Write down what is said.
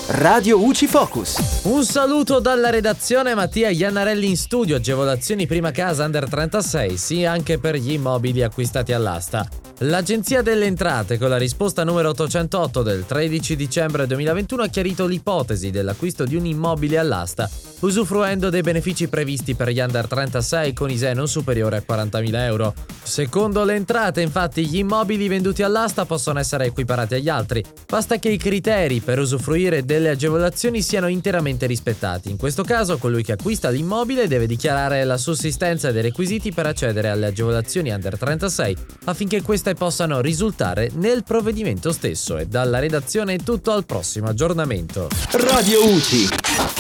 Radio UCI Focus. Un saluto dalla redazione, Mattia Iannarelli in studio. Agevolazioni prima casa under 36, sì anche per gli immobili acquistati all'asta. L'Agenzia delle Entrate, con la risposta numero 808 del 13 dicembre 2021, ha chiarito l'ipotesi dell'acquisto di un immobile all'asta, usufruendo dei benefici previsti per gli under 36 con ISEE non superiore a 40.000 euro. Secondo le entrate, infatti, gli immobili venduti all'asta possono essere equiparati agli altri, basta che i criteri per usufruire delle agevolazioni siano interamente rispettati. In questo caso, colui che acquista l'immobile deve dichiarare la sussistenza dei requisiti per accedere alle agevolazioni under 36, affinché queste possano risultare nel provvedimento stesso. E dalla redazione è tutto, al prossimo aggiornamento. Radio UCI.